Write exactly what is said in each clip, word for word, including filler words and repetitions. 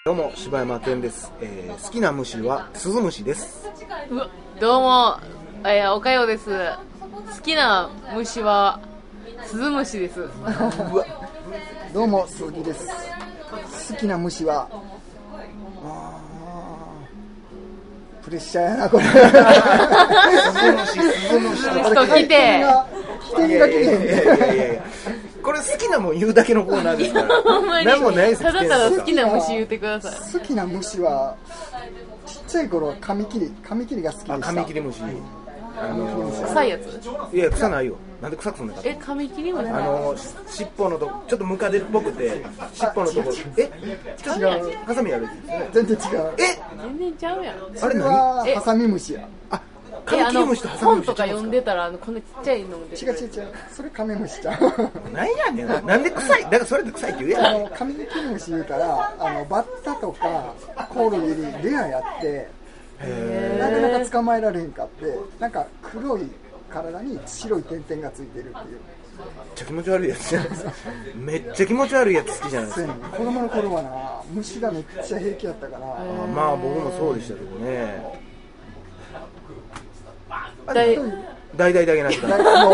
どうも柴山健です、えー、好きな虫はスズムシです。 うわどうも、えー、おかよです。好きな虫はスズムシです。うわどうも鈴木です。好きな虫はあプレッシャーやなこれ。 スズムシスズムシ人来て来てるだけで、 いやいやいやいやこれ好きなもん言うだけのコーナーですからほんまに何もないです。 ただただ好きな虫言ってください。 好きな虫はちっちゃい頃カミキリカミキリが好きでした。 あカミキリムシ、あのー、 臭いやつ。 いや臭ないよ。なんで臭くすんのか。 えカミキリムシ、 あのー、尻尾のとこちょっとムカデっぽくて尻尾のとこえちょっと違うハサミあるんですね。 全然違う。 え全然ちゃうやん。 あれはハサミムシや。 あカミキリムシとハサミムシ本とか読んでたらあのこんなちっちゃいので違う違う違うそれカメムシちゃう。 なんやねんなんで臭いだからそれで臭いって言うやん。 あのカミキリムシ言うたらあのバッタとかコオロギよりレアやってなかなか捕まえられへんかってなんか黒い体に白い点々がついてるっていうめっちゃ気持ち悪いやつじゃないですか。めっちゃ気持ち悪いやつ好きじゃないですか。 子供の頃はな虫がめっちゃ平気やったからあまあ僕もそうでしたけどね。 大大々だけなくて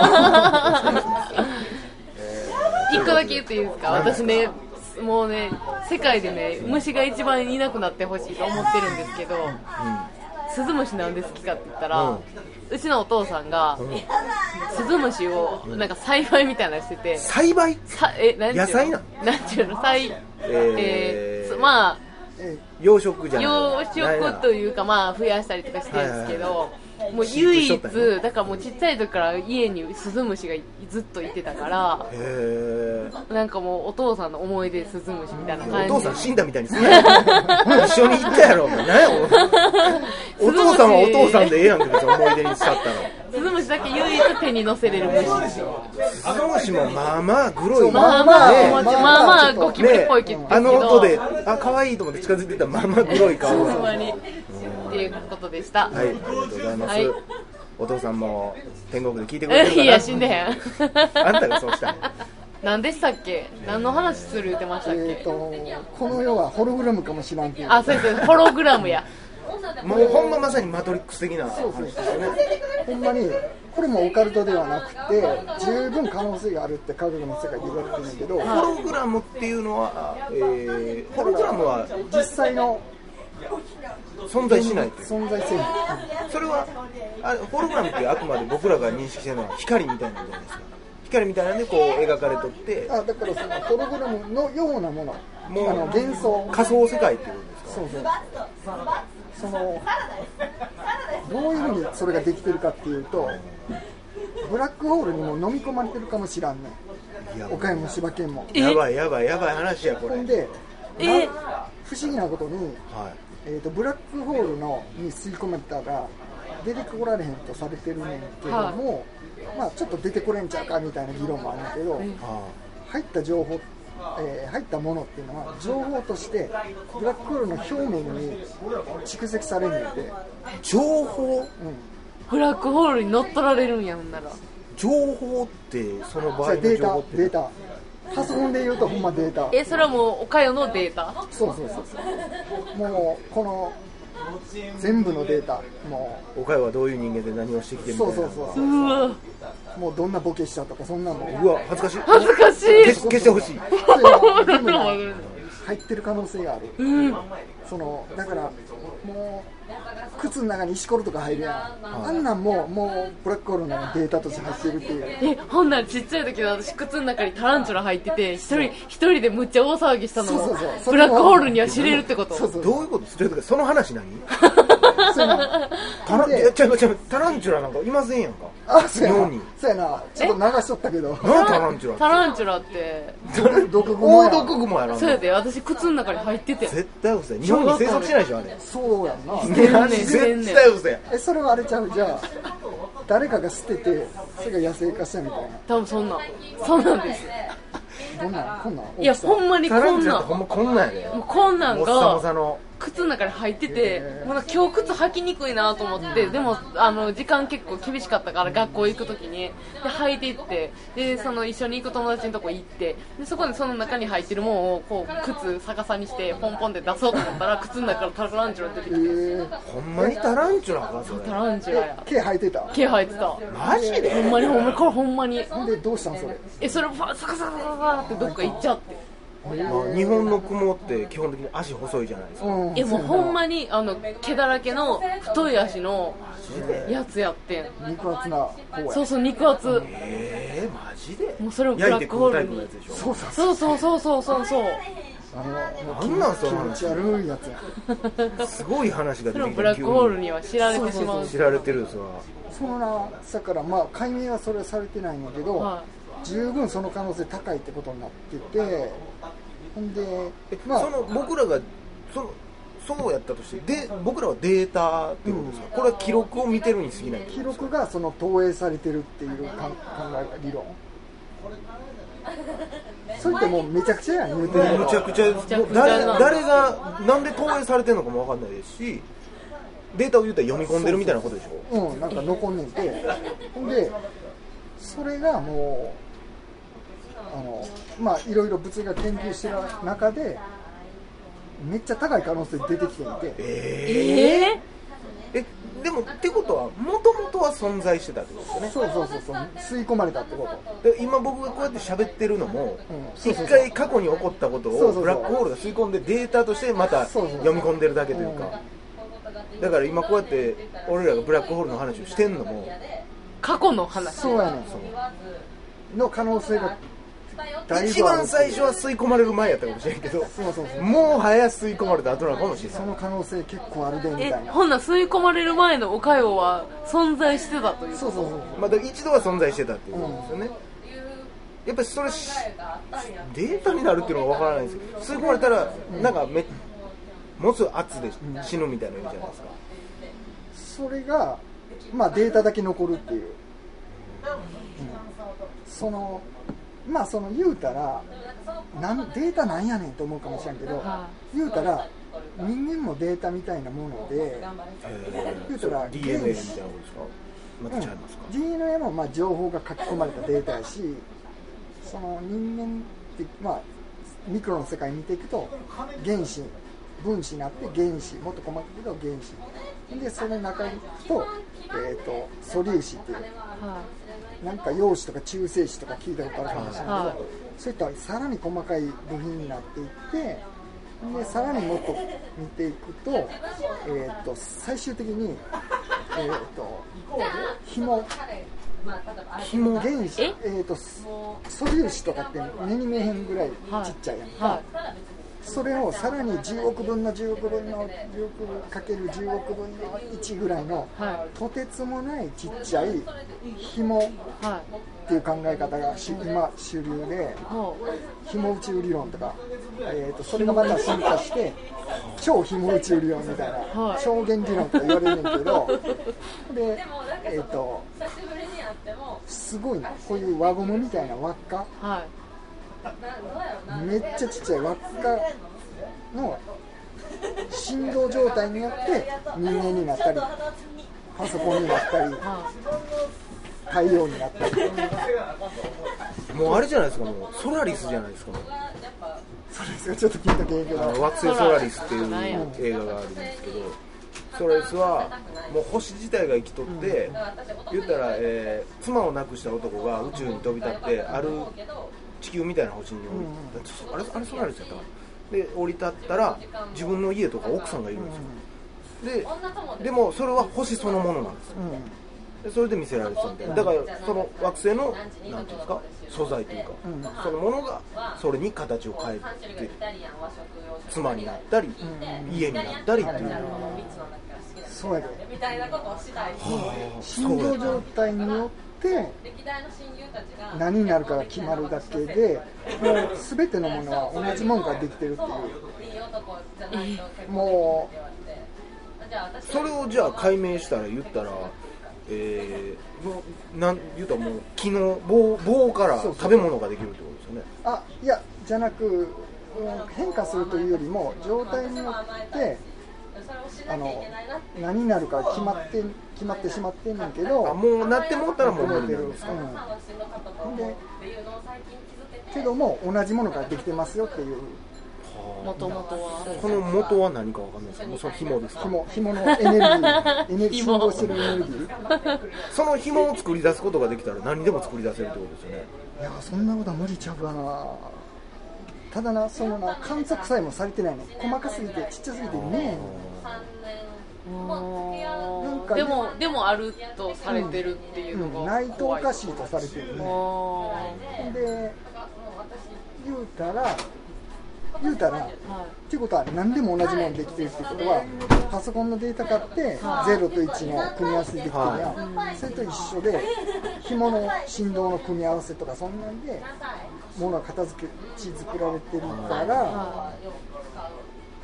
一個だけ言っていいですか。私ねもうね世界でね虫が一番いなくなってほしいと思ってるんですけど、うん、スズムシなんで好きかって言ったら、うん、うちのお父さんが、うん、スズムシをなんか栽培みたいなのしてて。 栽培？ さえなん野菜な？ なんていうの栽、えーえー、まあ養殖じゃない養殖というかまあ増やしたりとかしてるんですけど、はいはいはい、もう唯一だからもうちっちゃい時から家にスズムシがずっといてたからへなんかもうお父さんの思い出スズムシみたいな感じ。 お父さん死んだみたいにするやん一緒に行ったやろお前何やお父さんはお父さんでええやんけ別に思い出にしちゃったの。 スズムシだけ唯一手に乗せれる虫ですよ。 スズムシもまあまあグロいまあまあ、ね、まあまあゴキブリっぽいけど、ね、 あの音であ可愛いと思って近づいてたらまあまあグロい顔がほんまにっていうことでした。 はい、ありがとうございます、はい、お父さんも天国で聞いてくれてるかな。 いや死んでへんあんたがそうしたんや。 何でしたっけ。何の話する言ってましたっけ。 えーとこの世はホログラムかもしらんけど。 あそうですホログラムやもうほんままさにマトリックス的な話ですよね。 ほんまにこれもオカルトではなくて十分可能性があるって科学の世界で言われてるんだけど、 ホログラムっていうのは、えー、ホログラムは実際の存在しないっていう存在せん。 それはあホログラムってあくまで僕らが認識してるのは光みたいなんじゃないですか。光みたいなんでこう描かれとってあだからそのホログラムのようなものもうあの幻想仮想世界っていうことですか。 そうそうそのどういうふうにそれができてるかっていうとブラックホールにも飲み込まれてるかもしらんね。岡山も柴犬もやばいやばいやばい話やこれ。 ほんでえ不思議なことに、はいえー、とブラックホールのに吸い込まれたら出てこられへんとされてるねんけども、はいまあ、ちょっと出てこれんちゃうかみたいな議論もあるんだけど、入った情報、えー、入ったものっていうのは情報としてブラックホールの表面に蓄積されるので情報、うん、 ブラックホールに乗っ取られるんやほんなら。 情報ってその場合の情報ってデータデータパソコンで言うとほんまデータ。 えそれはもうおかよのデータ。 そうそうそうそうもうこの全部のデータもう岡山はどういう人間で何をしてきてみたいな。 そうそうそうそううわもうどんなボケしたとかそんなのうわ恥ずかしい恥ずかしい消, 消してほしい入ってる可能性がある、 うん、 そのだからもう靴の中に石ころとか入るやん、はい、あんなんももうブラックホールのデータとして入ってるっていう。 えほんならちっちゃい時の私靴の中にタランチュラ入ってて一人一人でむっちゃ大騒ぎしたのをブラックホールには知れるってこと。 そうそうどういうこと。その話何タラいやちゃうちゃうタランチュラなんかいませんやんか。 あそうやなそうやなちょっと流しとったけど何タランチュラタランチュラって毒グモや。 大毒グモやな。 そうやで私靴の中に入ってて絶対嘘や。日本に生息しないでしょあれ。 そうやんな絶対嘘や。 えそれはあれちゃうじゃあ誰かが捨ててそれが野生化したみたいな。 多分そんなんそうなんです。 どんなんこんなんいやほんまにこんなんタランチュラってほんまこんなんやで。 もうこんなんがもっさもさの靴の中に入ってて、もうなんか今日靴履きにくいなと思って、でもあの時間結構厳しかったから学校行くときにで履いていって、でその一緒に行く友達のとこ行って、でそこでその中に入ってるもんをこう靴逆さにしてポンポンで出そうと思ったら靴の中からタランチュラ出てきて、えー、ほんまにタランチュラかそれ。 タランチュラや。 毛生えてた？ 毛生えてた。 マジで？ ほんまにほんまにこれほんまに。 でどうしたんそれ？ えそれファサカサカサカってどっか行っちゃって。 まあ、日本の雲って基本的に足細いじゃないですか、うん、 えもうほんまにあの毛だらけの太い足のやつやってん。 肉厚な方や。 そうそう肉厚。 えー、マジで？ もうそれをブラックホールに。 そうそうそうそうそうそうそう。 あのなんなんその話。気持ち悪いやつや。 すごい話が出てきて。 それブラックホールには知られてしまう。 知られてるんですわ。 そのなだからまあ解明はそれはされてないんだけど、はい、十分その可能性高いってことになってて。ほんで、 まあ、その僕らがそのそうやったとしてで僕らはデータってことですか、うん、これは記録を見てるに過ぎない。 記録がその投影されてるっていう考え理論。それってもうめちゃくちゃやん言うてるの。 めちゃくちゃ誰誰がなんで投影されてるのかも分かんないですし、データを言うたら読み込んでるみたいなことでしょ。 そうそうそう、うん、なんか残んねんて。ほんでそれがもうあのまあいろいろ物理学研究してる中でめっちゃ高い可能性出てきていて、 えー、えでもってことはもともとは存在してたってことですよね。 そうそうそうそう吸い込まれたってこと。 で今僕がこうやって喋ってるのも一、うん、回過去に起こったことをブラックホールが吸い込んでデータとしてまた読み込んでるだけというか、だから今こうやって俺らがブラックホールの話をしてんのも過去の話。 そうやねん。そうの可能性が一番最初は吸い込まれる前やったかもしれんけど、そうそうそう、もう早吸い込まれた後なのかもしれない。 その可能性結構あるでみたいな。 えほんなら吸い込まれる前のおかよは存在してたという。 そうそうそう、 まあ、一度は存在してたっていうことですよね、うん、やっぱりそれデータになるっていうのがわからないんですけど、吸い込まれたらなんかめ持つ圧で死ぬみたいなのじゃないですか、 うん、それがまあデータだけ残るっていう、うん、そのまあその言うたらなんデータなんやねんと思うかもしれんけど、言うたら人間もデータみたいなもので、言うたらディーエヌエー みたいなことですか？また違いますか？ ディーエヌエー もまあ情報が書き込まれたデータやし、その人間ってまあミクロの世界見ていくと原子分子になって原子、もっと細かく言うと原子で、その中にと、えーと素粒子っていう、なんか陽子とか中性子とか聞いたことあるかもしれないけど、そういったさらに細かい部品になっていって、でさらにもっと見ていくと、えーと最終的に、えーと紐紐原子、えーと素粒子とかって目に見えへんぐらいちっちゃいやんか、はいはい、それをさらにじゅうおくぶんのじゅうおくぶんのじゅうおくかけるじゅうおくぶんのいちぐらいの、はい、とてつもないちっちゃい紐っていう考え方が今主流で、紐宇宙理論とか、えー、とそれがまた進化して超紐宇宙理論みたいな超弦理論と言われるんだけど、で、えー、とすごいな、こういう輪ゴムみたいな輪っか、はい、めっちゃちっちゃい輪っかの振動状態によって人間になったりパソコンになったり太陽になったり、 もうあれじゃないですか、もうソラリスじゃないですか。もうソラリスがちょっと聞いたけど、 惑星ソラリスっていう映画があるんですけど、ソラリスはもう星自体が生きとって、うん、言ったら、えー、妻を亡くした男が宇宙に飛び立ってある地球みたいな星に降り立って、うん、あれあれソラリスやったかな。で降り立ったら自分の家とか奥さんがいるんですよ、うん、で, でもそれは星そのものなんですよ、うん、でそれで見せられてたみたいな。だからその惑星のなんていうんですか、素材というか、うん、そのものがそれに形を変えて妻になったり、うん、家になったりっていう、うん、 そうやで振動状態によって何になるかが決まるだけで、もう全てのものは同じものができてるっていう、もうそれをじゃあ解明したら言ったら、えー、もうなん言うたらもう木の 棒, 棒から食べ物ができるってことですよね。 あ、いやじゃなく、 変化するというよりも状態によってあの何になるか決まって決まってしまってんねんけど、 あもうなってもったらもう無理なんですか、 うん、でけども同じものができてますよっていう。 もともとはこの元は何かわかんないですけど、その紐ですか。 紐紐のエネルギーエネルギー振動してるエネルギーその紐を作り出すことができたら何でも作り出せるってことですよね。 いやそんなことは無理ちゃうかな。ただなそのな観測さえもされてないの。細かすぎてちっちゃすぎてねなんかでもでもあるとされてるっていうのが、 うんうん、ないとおかしいとされてるね。で言うたら言うたら、はい、っていうことは何でも同じものできてるってことはパソコンのデータ買ってゼロといちの組み合わせでできてるやん、はい、それと一緒で紐の振動の組み合わせとかそんなんでものが形作られてるから、はい、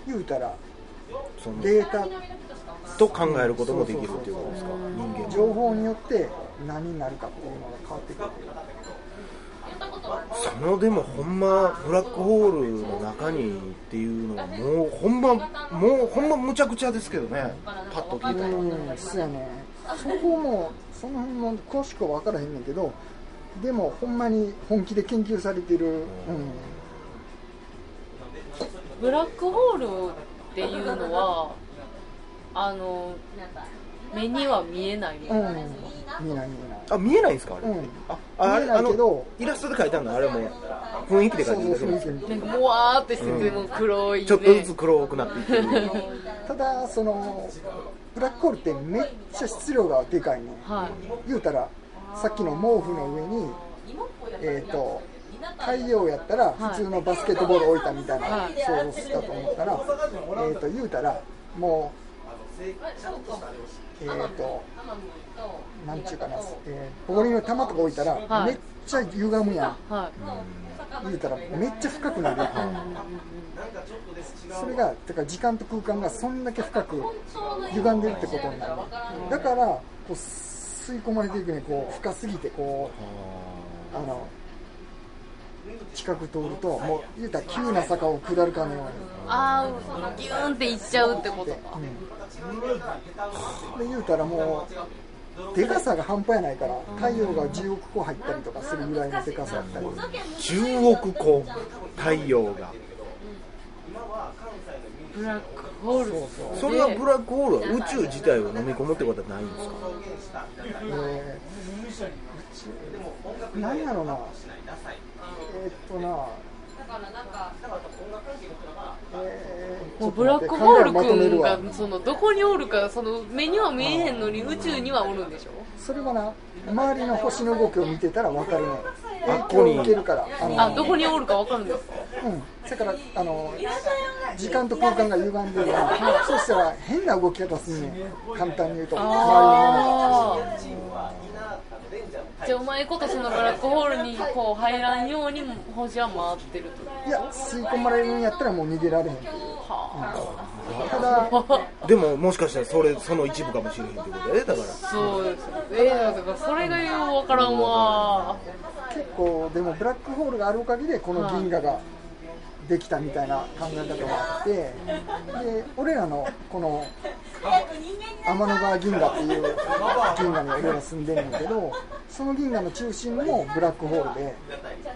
言うたらデータと考えることもできるっていうことですか。人間情報によって何になるかっていうのが変わってくる。 そのでもほんまブラックホールの中にっていうのはもうほんまもうほんまむちゃくちゃですけどね。パッと聞いたらうんそうやね。そこもその辺も詳しくは分からへんねんけど、でもほんまに本気で研究されてる、うん、 ブラックホールっていうのはあの目には見えないみたいな、うん、 見えない見えない。 あ見えないんですかあれ、うん、ああれあのイラストで描いたのあれも雰囲気で描いてるだけですなんかもわーってしてて、もう黒い、ね、 ちょっとずつ黒くなっていってるただそのブラックホールってめっちゃ質量がでかいね、はい、言うたらさっきの毛布の上にえっ、ー、と太陽やったら普通のバスケットボール置いたみたいな想像したと思ったら、はい、えーと言うたらもうえーとなんちゅうかな、えー、ボーリングの球とか置いたら、はい、めっちゃ歪むやん、はい、言うたらめっちゃ深くなるやん、はい、それがだから時間と空間がそんだけ深く歪んでるってことになる。だからこう吸い込まれていくね、こう深すぎてこうあの近く通るともう言うたら急な坂を下るかのように、 ああギューンっていっちゃうってことか、 うん、で言うたらもうでかさが半端やないから太陽がじゅうおく個入ったりとかするぐらいのでかさやったり、 じゅうおく個太陽がブラックホール。そうそうそれはブラックホールは宇宙自体を飲み込むってことはないんですか。 えー、何やろなえー、っとなえー、もうブラックホール君がそのどこにおるかその目には見えへんのに宇宙にはおるんでしょ。 それはな周りの星の動きを見てたら分かるね。影響を受けるからあのあどこにおるか分かるんですか。 うんだからあの時間と空間が歪んでるやん、はい、そしたら変な動き方すんねん簡単に言うと周りのものがじゃあうまいことそのブラックホールにこう入らんように星は回ってると。 いや吸い込まれるんやったらもう逃げられへんっていう、はあ、ただでももしかしたらそれその一部かもしれへんってことでだからそうですえー、だからそれがよう分からんわ。 結構でもブラックホールがあるおかげでこの銀河ができたみたいな考え方があって、で俺らのこの天の川銀河っていう銀河に俺ら住んでるんだけど、その銀河の中心もブラックホールで、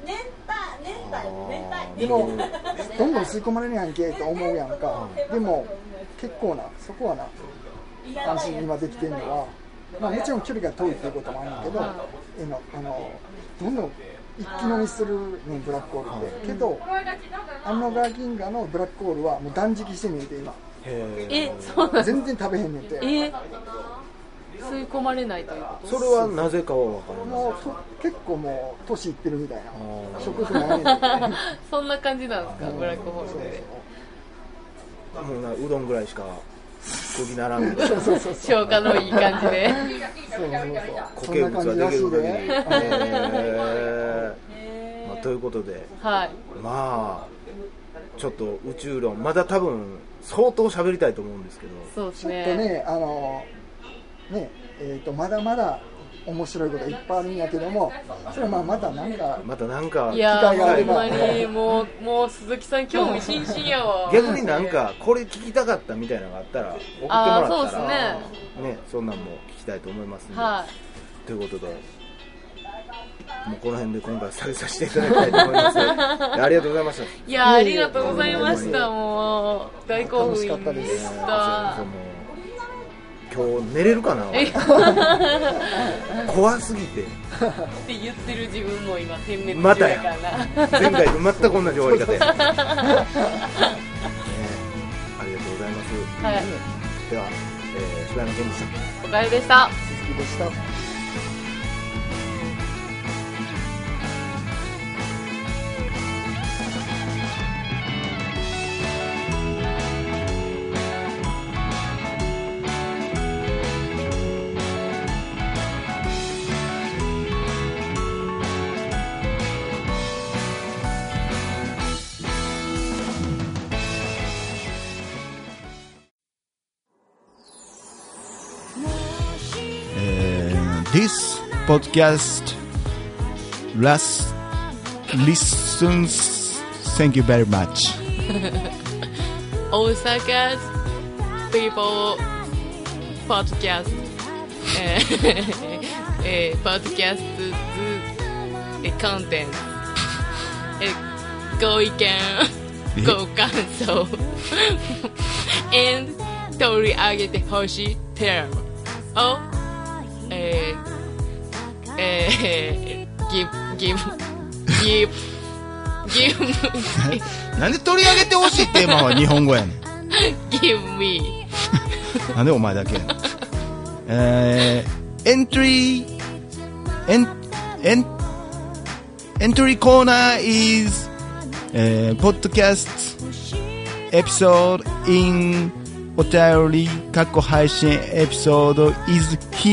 でもどんどん吸い込まれるやんけと思うやんか。でも結構なそこはな安心今できてるのは、まあ、もちろん距離が遠いっていうこともあるんだけど、えのあのどんどん一気飲みするねブラックホールって、けど天の川銀河のブラックホールはもう断食してみて今えそうなん全然食べへんねんて。 え吸い込まれないということ。 それはなぜかは分かります。 もう結構もう年いってるみたいな食欲ないねんそんな感じなんですか、ブラックホールで。 もうなうどんぐらいしか食にならんみたいな消化のいい感じでそうそうそう固形物はできる限り、えーまあ、ということで、はい、まあちょっと宇宙論まだ多分相当喋りたいと思うんですけど、 そうですね、 ちょっとねあのねえーとまだまだ面白いこといっぱいあるんやけども、それはまあまたなんかまたなんかいやーほんまにもうもう鈴木さん興味津々やわ。 逆になんかこれ聞きたかったみたいなのがあったら送ってもらったら、 そうですね。 ね、そんなんも聞きたいと思いますので、 はい、 ということでもうこの辺で今回下げさせていただきたいと思います。ありがとうございました。 いやありがとうございました。もう大興奮でした。 楽しかったです。 今日寝れるかな怖すぎてって言ってる自分も今点滅またやからな。 前回と全く同じ終わり方や、ね、ありがとうございます、 はい、 では、えー、柴山健でした。 おかえりでした。 鈴木でした。 This podcast last listens. Thank you very much. Osaka's people podcast. えー、podcast コンテンツ、えー、ご意見ご感想and 取り上げてほしいテーマをえー、えー、ギブギブギブギブなんで取り上げてほしいテーマは日本語やねん。 Give me なんでお前だけやねん。えー、エントリーエンエンエントリーコーナー is えー、ポッドキャストエピソード in お便り過去配信エピソード is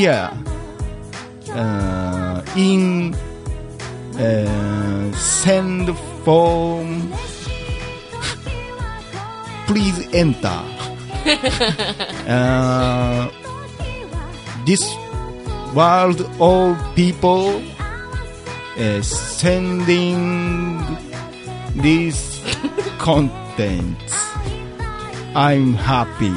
here、uh, in、uh, send form please enter、uh, this world of people、uh, sending these contents I'm happy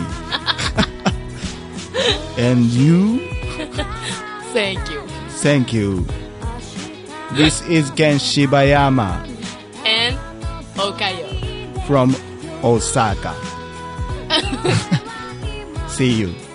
and you Thank you Thank you This is Ken Shibayama and Okayo from Osaka See you